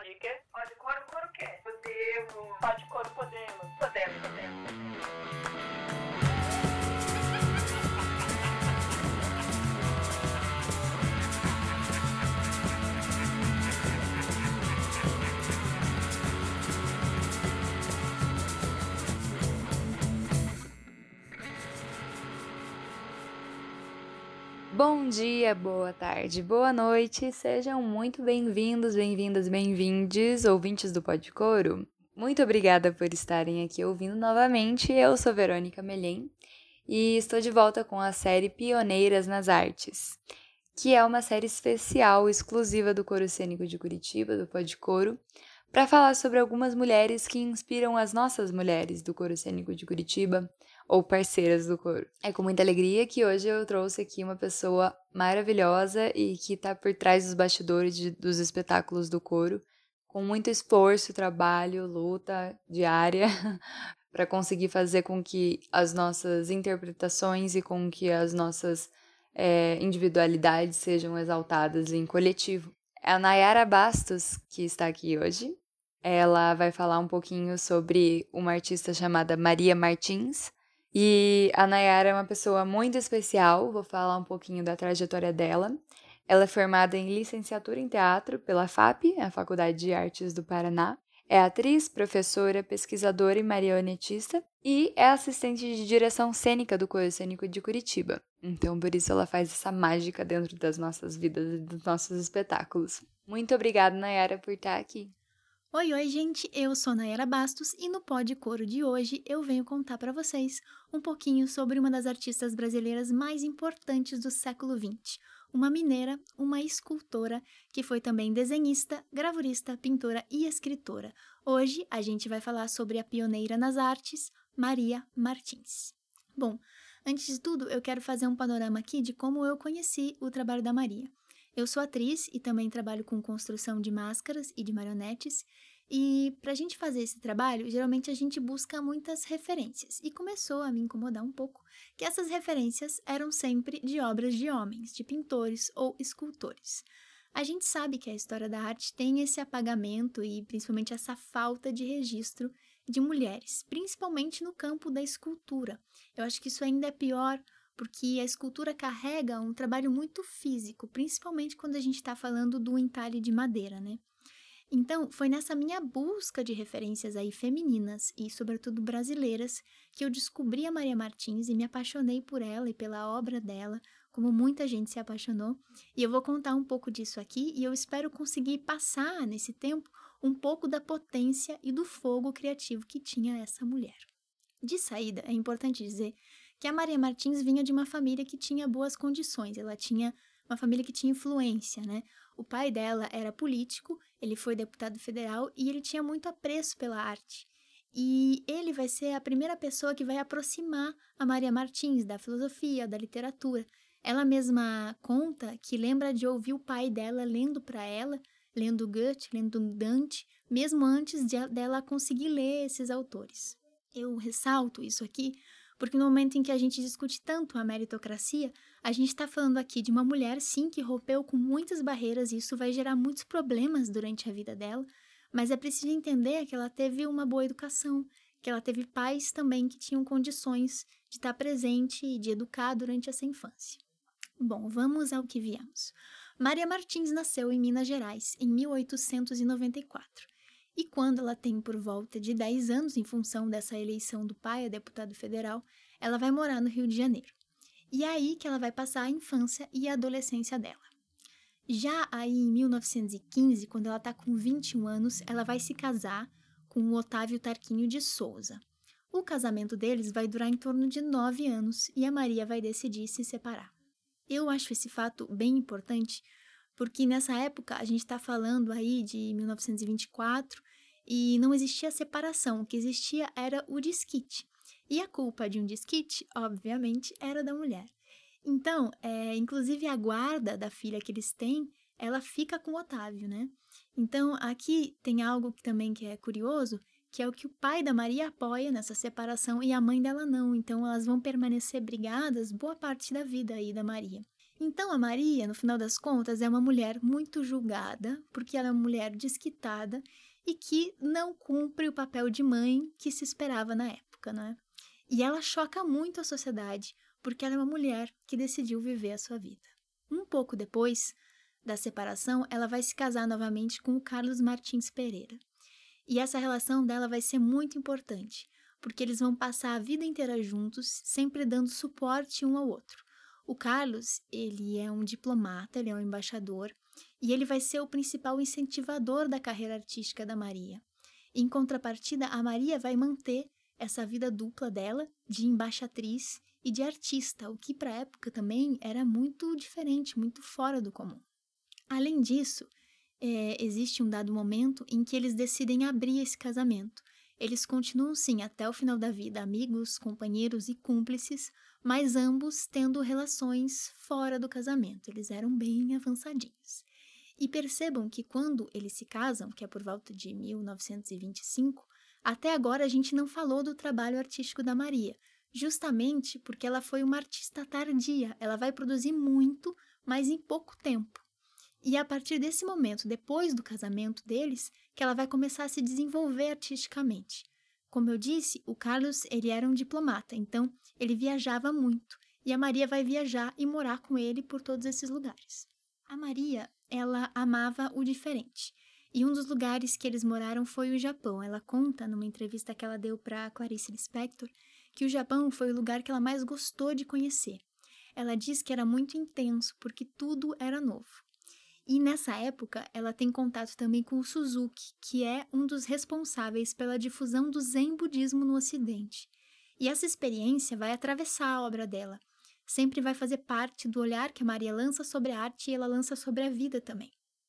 Pode o quê? Pode coro o quê? Podemos. Pode coro, podemos. Podemos. Bom dia, boa tarde, boa noite, sejam muito bem-vindos, bem-vindas, bem-vindes, ouvintes do Podcoro. Muito obrigada por estarem aqui ouvindo novamente, eu sou Verônica Melhem e estou de volta com a série Pioneiras nas Artes, que é uma série especial, exclusiva do Coro Cênico de Curitiba, do Podcoro, para falar sobre algumas mulheres que inspiram as nossas mulheres do Coro Cênico de Curitiba, ou parceiras do coro. É com muita alegria que hoje eu trouxe aqui uma pessoa maravilhosa e que está por trás dos bastidores dos espetáculos do coro, com muito esforço, trabalho, luta diária, para conseguir fazer com que as nossas interpretações e com que as nossas individualidades sejam exaltadas em coletivo. É a Nayara Bastos que está aqui hoje. Ela vai falar um pouquinho sobre uma artista chamada Maria Martins. E a Nayara é uma pessoa muito especial, vou falar um pouquinho da trajetória dela. Ela é formada em licenciatura em teatro pela FAP, a Faculdade de Artes do Paraná. É atriz, professora, pesquisadora e marionetista e é assistente de direção cênica do Coro Cênico de Curitiba. Então, por isso ela faz essa mágica dentro das nossas vidas e dos nossos espetáculos. Muito obrigada, Nayara, por estar aqui. Oi, gente, eu sou Nayara Bastos e no Pod Coro de hoje eu venho contar para vocês um pouquinho sobre uma das artistas brasileiras mais importantes do século XX, uma mineira, uma escultora, que foi também desenhista, gravurista, pintora e escritora. Hoje a gente vai falar sobre a pioneira nas artes, Maria Martins. Bom, antes de tudo eu quero fazer um panorama aqui de como eu conheci o trabalho da Maria. Eu sou atriz e também trabalho com construção de máscaras e de marionetes, e para a gente fazer esse trabalho, geralmente a gente busca muitas referências, e começou a me incomodar um pouco que essas referências eram sempre de obras de homens, de pintores ou escultores. A gente sabe que a história da arte tem esse apagamento e principalmente essa falta de registro de mulheres, principalmente no campo da escultura. Eu acho que isso ainda é pior, porque a escultura carrega um trabalho muito físico, principalmente quando a gente está falando do entalhe de madeira, né? Então, foi nessa minha busca de referências aí femininas e, sobretudo, brasileiras, que eu descobri a Maria Martins e me apaixonei por ela e pela obra dela, como muita gente se apaixonou. E eu vou contar um pouco disso aqui e eu espero conseguir passar, nesse tempo, um pouco da potência e do fogo criativo que tinha essa mulher. De saída, é importante dizer que a Maria Martins vinha de uma família que tinha boas condições, ela tinha uma família que tinha influência, né? O pai dela era político, ele foi deputado federal e ele tinha muito apreço pela arte. E ele vai ser a primeira pessoa que vai aproximar a Maria Martins da filosofia, da literatura. Ela mesma conta que lembra de ouvir o pai dela lendo para ela, lendo Goethe, lendo Dante, mesmo antes dela conseguir ler esses autores. Eu ressalto isso aqui porque no momento em que a gente discute tanto a meritocracia, a gente está falando aqui de uma mulher, sim, que rompeu com muitas barreiras e isso vai gerar muitos problemas durante a vida dela, mas é preciso entender que ela teve uma boa educação, que ela teve pais também que tinham condições de estar presente e de educar durante essa infância. Bom, vamos ao que viemos. Maria Martins nasceu em Minas Gerais, em 1894. E quando ela tem por volta de 10 anos, em função dessa eleição do pai a deputado federal, ela vai morar no Rio de Janeiro. E é aí que ela vai passar a infância e a adolescência dela. Já aí em 1915, quando ela está com 21 anos, ela vai se casar com o Otávio Tarquínio de Souza. O casamento deles vai durar em torno de 9 anos e a Maria vai decidir se separar. Eu acho esse fato bem importante, porque nessa época a gente está falando aí de 1924 e não existia separação, o que existia era o desquite. E a culpa de um desquite, obviamente, era da mulher. Então, inclusive a guarda da filha que eles têm, ela fica com o Otávio, né? Então, aqui tem algo que é curioso, que é o que o pai da Maria apoia nessa separação e a mãe dela não. Então, elas vão permanecer brigadas boa parte da vida aí da Maria. Então a Maria, no final das contas, é uma mulher muito julgada, porque ela é uma mulher desquitada e que não cumpre o papel de mãe que se esperava na época, né? E ela choca muito a sociedade, porque ela é uma mulher que decidiu viver a sua vida. Um pouco depois da separação, ela vai se casar novamente com o Carlos Martins Pereira. E essa relação dela vai ser muito importante, porque eles vão passar a vida inteira juntos, sempre dando suporte um ao outro. O Carlos, ele é um diplomata, ele é um embaixador, e ele vai ser o principal incentivador da carreira artística da Maria. Em contrapartida, a Maria vai manter essa vida dupla dela, de embaixatriz e de artista, o que para a época também era muito diferente, muito fora do comum. Além disso, existe um dado momento em que eles decidem abrir esse casamento. Eles continuam, sim, até o final da vida, amigos, companheiros e cúmplices, mas ambos tendo relações fora do casamento. Eles eram bem avançadinhos. E percebam que quando eles se casam, que é por volta de 1925, até agora a gente não falou do trabalho artístico da Maria, justamente porque ela foi uma artista tardia. Ela vai produzir muito, mas em pouco tempo. E é a partir desse momento, depois do casamento deles, que ela vai começar a se desenvolver artisticamente. Como eu disse, o Carlos ele era um diplomata, então ele viajava muito. E a Maria vai viajar e morar com ele por todos esses lugares. A Maria, ela amava o diferente. E um dos lugares que eles moraram foi o Japão. Ela conta, numa entrevista que ela deu para Clarice Lispector, que o Japão foi o lugar que ela mais gostou de conhecer. Ela diz que era muito intenso, porque tudo era novo. E nessa época, ela tem contato também com o Suzuki, que é um dos responsáveis pela difusão do Zen budismo no Ocidente. E essa experiência vai atravessar a obra dela. Sempre vai fazer parte do olhar que a Maria lança sobre a arte e ela lança sobre a vida também.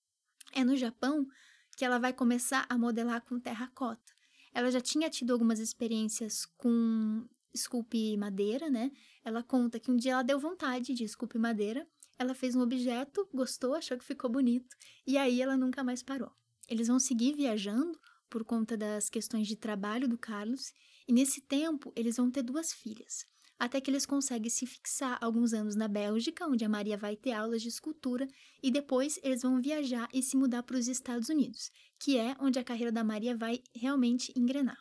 É no Japão que ela vai começar a modelar com terracota. Ela já tinha tido algumas experiências com esculpir madeira, né? Ela conta que um dia ela deu vontade de esculpir madeira, ela fez um objeto, gostou, achou que ficou bonito, e aí ela nunca mais parou. Eles vão seguir viajando por conta das questões de trabalho do Carlos, e nesse tempo eles vão ter 2 filhas, até que eles conseguem se fixar alguns anos na Bélgica, onde a Maria vai ter aulas de escultura, e depois eles vão viajar e se mudar para os Estados Unidos, que é onde a carreira da Maria vai realmente engrenar.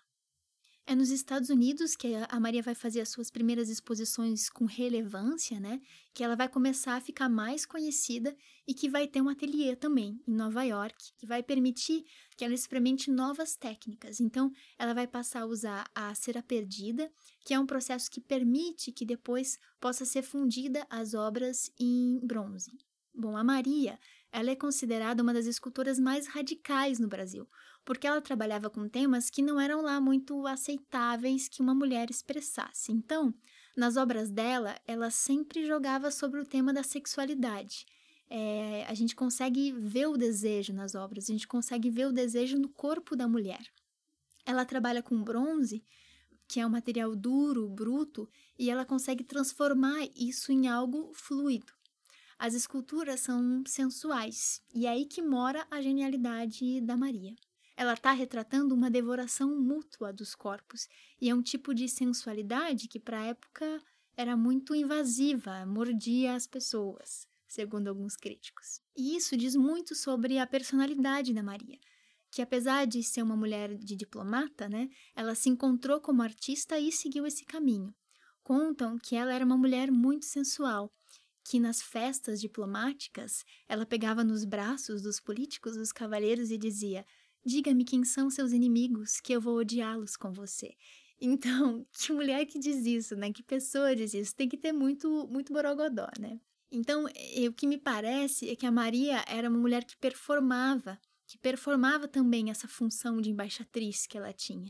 É nos Estados Unidos que a Maria vai fazer as suas primeiras exposições com relevância, né? Que ela vai começar a ficar mais conhecida e que vai ter um ateliê também em Nova York, que vai permitir que ela experimente novas técnicas. Então, ela vai passar a usar a cera perdida, que é um processo que permite que depois possa ser fundida as obras em bronze. Bom, a Maria, ela é considerada uma das escultoras mais radicais no Brasil, porque ela trabalhava com temas que não eram lá muito aceitáveis que uma mulher expressasse. Então, nas obras dela, ela sempre jogava sobre o tema da sexualidade. A gente consegue ver o desejo nas obras, a gente consegue ver o desejo no corpo da mulher. Ela trabalha com bronze, que é um material duro, bruto, e ela consegue transformar isso em algo fluido. As esculturas são sensuais, e é aí que mora a genialidade da Maria. Ela está retratando uma devoração mútua dos corpos, e é um tipo de sensualidade que, para a época, era muito invasiva, mordia as pessoas, segundo alguns críticos. E isso diz muito sobre a personalidade da Maria, que apesar de ser uma mulher de diplomata, né, ela se encontrou como artista e seguiu esse caminho. Contam que ela era uma mulher muito sensual, que nas festas diplomáticas ela pegava nos braços dos políticos, dos cavalheiros e dizia: "Diga-me quem são seus inimigos, que eu vou odiá-los com você." Então, que mulher que diz isso, né? Que pessoa diz isso? Tem que ter muito, muito borogodó, né? Então, o que me parece é que a Maria era uma mulher que performava também essa função de embaixatriz que ela tinha.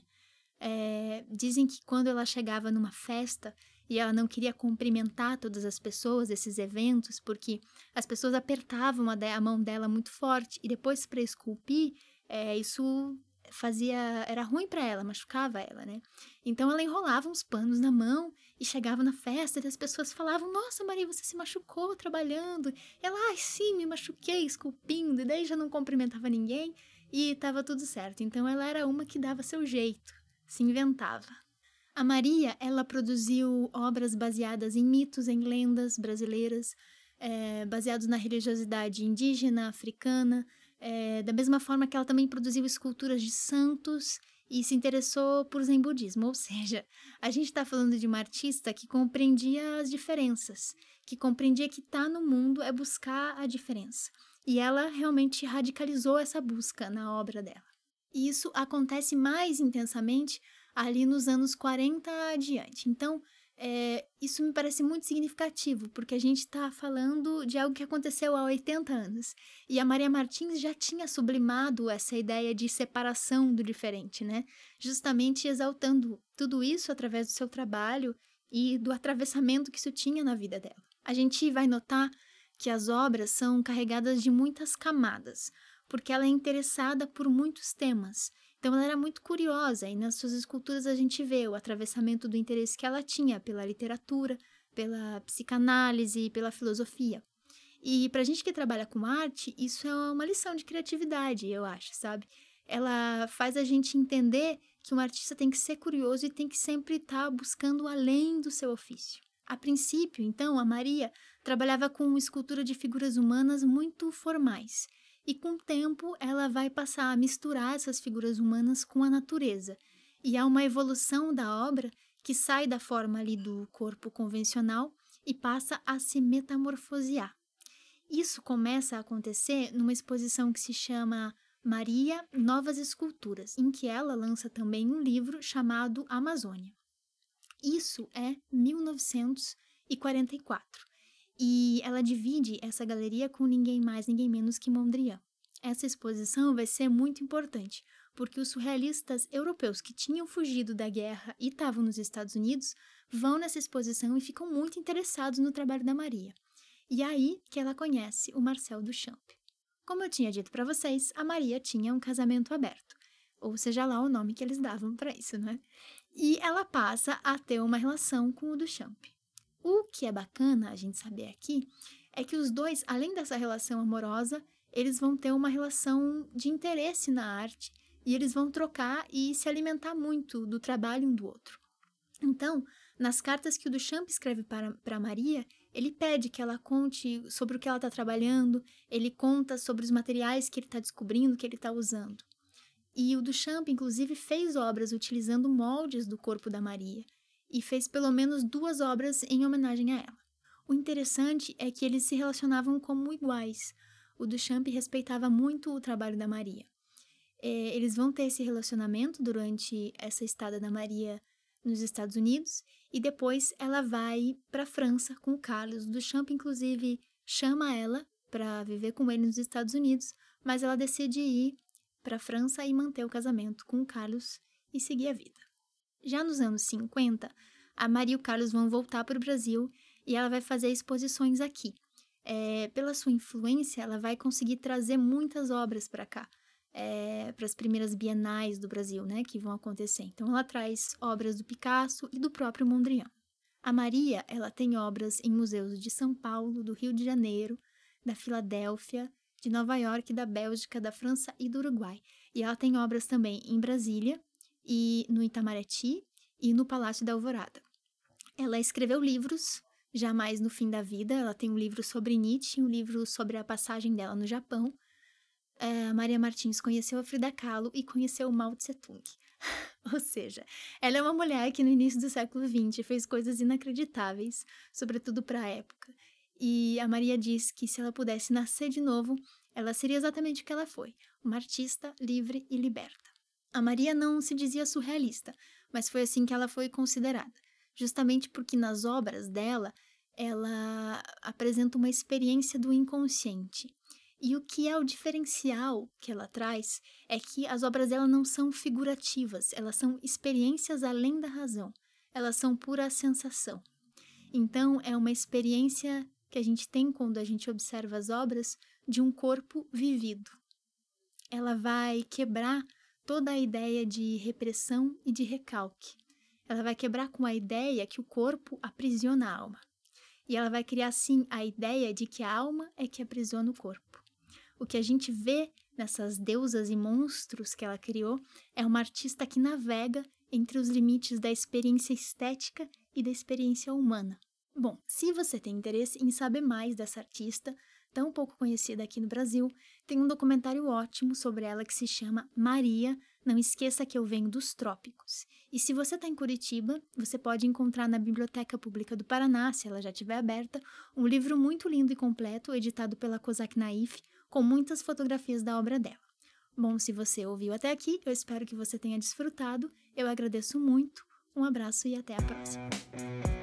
Dizem que quando ela chegava numa festa e ela não queria cumprimentar todas as pessoas desses eventos, porque as pessoas apertavam a mão dela muito forte, e depois para esculpir, isso era ruim para ela, machucava ela, né? Então ela enrolava uns panos na mão e chegava na festa e as pessoas falavam: "Nossa, Maria, você se machucou trabalhando?" E ela: "Ai, sim, me machuquei esculpindo." E daí já não cumprimentava ninguém e estava tudo certo. Então ela era uma que dava seu jeito, se inventava. A Maria, ela produziu obras baseadas em mitos, em lendas brasileiras, baseados na religiosidade indígena, africana, da mesma forma que ela também produziu esculturas de santos e se interessou por zen budismo, ou seja, a gente está falando de uma artista que compreendia as diferenças, que compreendia que estar no mundo é buscar a diferença. E ela realmente radicalizou essa busca na obra dela. E isso acontece mais intensamente ali nos anos 40 adiante. Então, isso me parece muito significativo, porque a gente está falando de algo que aconteceu há 80 anos. E a Maria Martins já tinha sublimado essa ideia de separação do diferente, né? Justamente exaltando tudo isso através do seu trabalho e do atravessamento que isso tinha na vida dela. A gente vai notar que as obras são carregadas de muitas camadas, porque ela é interessada por muitos temas. Então, ela era muito curiosa e nas suas esculturas a gente vê o atravessamento do interesse que ela tinha pela literatura, pela psicanálise, pela filosofia. E pra gente que trabalha com arte, isso é uma lição de criatividade, eu acho, sabe? Ela faz a gente entender que um artista tem que ser curioso e tem que sempre estar buscando além do seu ofício. A princípio, então, a Maria trabalhava com escultura de figuras humanas muito formais. E com o tempo, ela vai passar a misturar essas figuras humanas com a natureza. E há uma evolução da obra que sai da forma ali do corpo convencional e passa a se metamorfosear. Isso começa a acontecer numa exposição que se chama Maria, Novas Esculturas, em que ela lança também um livro chamado Amazônia. Isso é 1944. E ela divide essa galeria com ninguém mais, ninguém menos que Mondrian. Essa exposição vai ser muito importante, porque os surrealistas europeus que tinham fugido da guerra e estavam nos Estados Unidos vão nessa exposição e ficam muito interessados no trabalho da Maria. E é aí que ela conhece o Marcel Duchamp. Como eu tinha dito para vocês, a Maria tinha um casamento aberto, ou seja lá o nome que eles davam para isso, né? E ela passa a ter uma relação com o Duchamp. O que é bacana a gente saber aqui é que os dois, além dessa relação amorosa, eles vão ter uma relação de interesse na arte e eles vão trocar e se alimentar muito do trabalho um do outro. Então, nas cartas que o Duchamp escreve para Maria, ele pede que ela conte sobre o que ela está trabalhando, ele conta sobre os materiais que ele está descobrindo, que ele está usando. E o Duchamp, inclusive, fez obras utilizando moldes do corpo da Maria e fez pelo menos 2 obras em homenagem a ela. O interessante é que eles se relacionavam como iguais. O Duchamp respeitava muito o trabalho da Maria. Eles vão ter esse relacionamento durante essa estada da Maria nos Estados Unidos e depois ela vai para a França com o Carlos. O Duchamp, inclusive, chama ela para viver com ele nos Estados Unidos, mas ela decide ir para a França e manter o casamento com o Carlos e seguir a vida. Já nos anos 50, a Maria e o Carlos vão voltar para o Brasil e ela vai fazer exposições aqui. Pela sua influência, ela vai conseguir trazer muitas obras para cá, para as primeiras bienais do Brasil, né, que vão acontecer. Então, ela traz obras do Picasso e do próprio Mondrian. A Maria, ela tem obras em museus de São Paulo, do Rio de Janeiro, da Filadélfia, de Nova York, da Bélgica, da França e do Uruguai. E ela tem obras também em Brasília, e no Itamaraty e no Palácio da Alvorada. Ela escreveu livros, já mais no fim da vida. Ela tem um livro sobre Nietzsche, um livro sobre a passagem dela no Japão. A Maria Martins conheceu a Frida Kahlo e conheceu o Mao Tse-tung. Ou seja, ela é uma mulher que no início do século XX fez coisas inacreditáveis, sobretudo para a época. E a Maria diz que se ela pudesse nascer de novo, ela seria exatamente o que ela foi, uma artista livre e liberta. A Maria não se dizia surrealista, mas foi assim que ela foi considerada, justamente porque nas obras dela, ela apresenta uma experiência do inconsciente. E o que é o diferencial que ela traz é que as obras dela não são figurativas, elas são experiências além da razão, elas são pura sensação. Então, é uma experiência que a gente tem quando a gente observa as obras de um corpo vivido. Ela vai quebrar toda a ideia de repressão e de recalque. Ela vai quebrar com a ideia que o corpo aprisiona a alma. E ela vai criar, sim, a ideia de que a alma é que aprisiona o corpo. O que a gente vê nessas deusas e monstros que ela criou é uma artista que navega entre os limites da experiência estética e da experiência humana. Bom, se você tem interesse em saber mais dessa artista, tão pouco conhecida aqui no Brasil, tem um documentário ótimo sobre ela que se chama Maria, Não Esqueça que Eu Venho dos Trópicos. E se você está em Curitiba, você pode encontrar na Biblioteca Pública do Paraná, se ela já estiver aberta, um livro muito lindo e completo, editado pela Cosac Naif, com muitas fotografias da obra dela. Bom, se você ouviu até aqui, eu espero que você tenha desfrutado, eu agradeço muito, um abraço e até a próxima.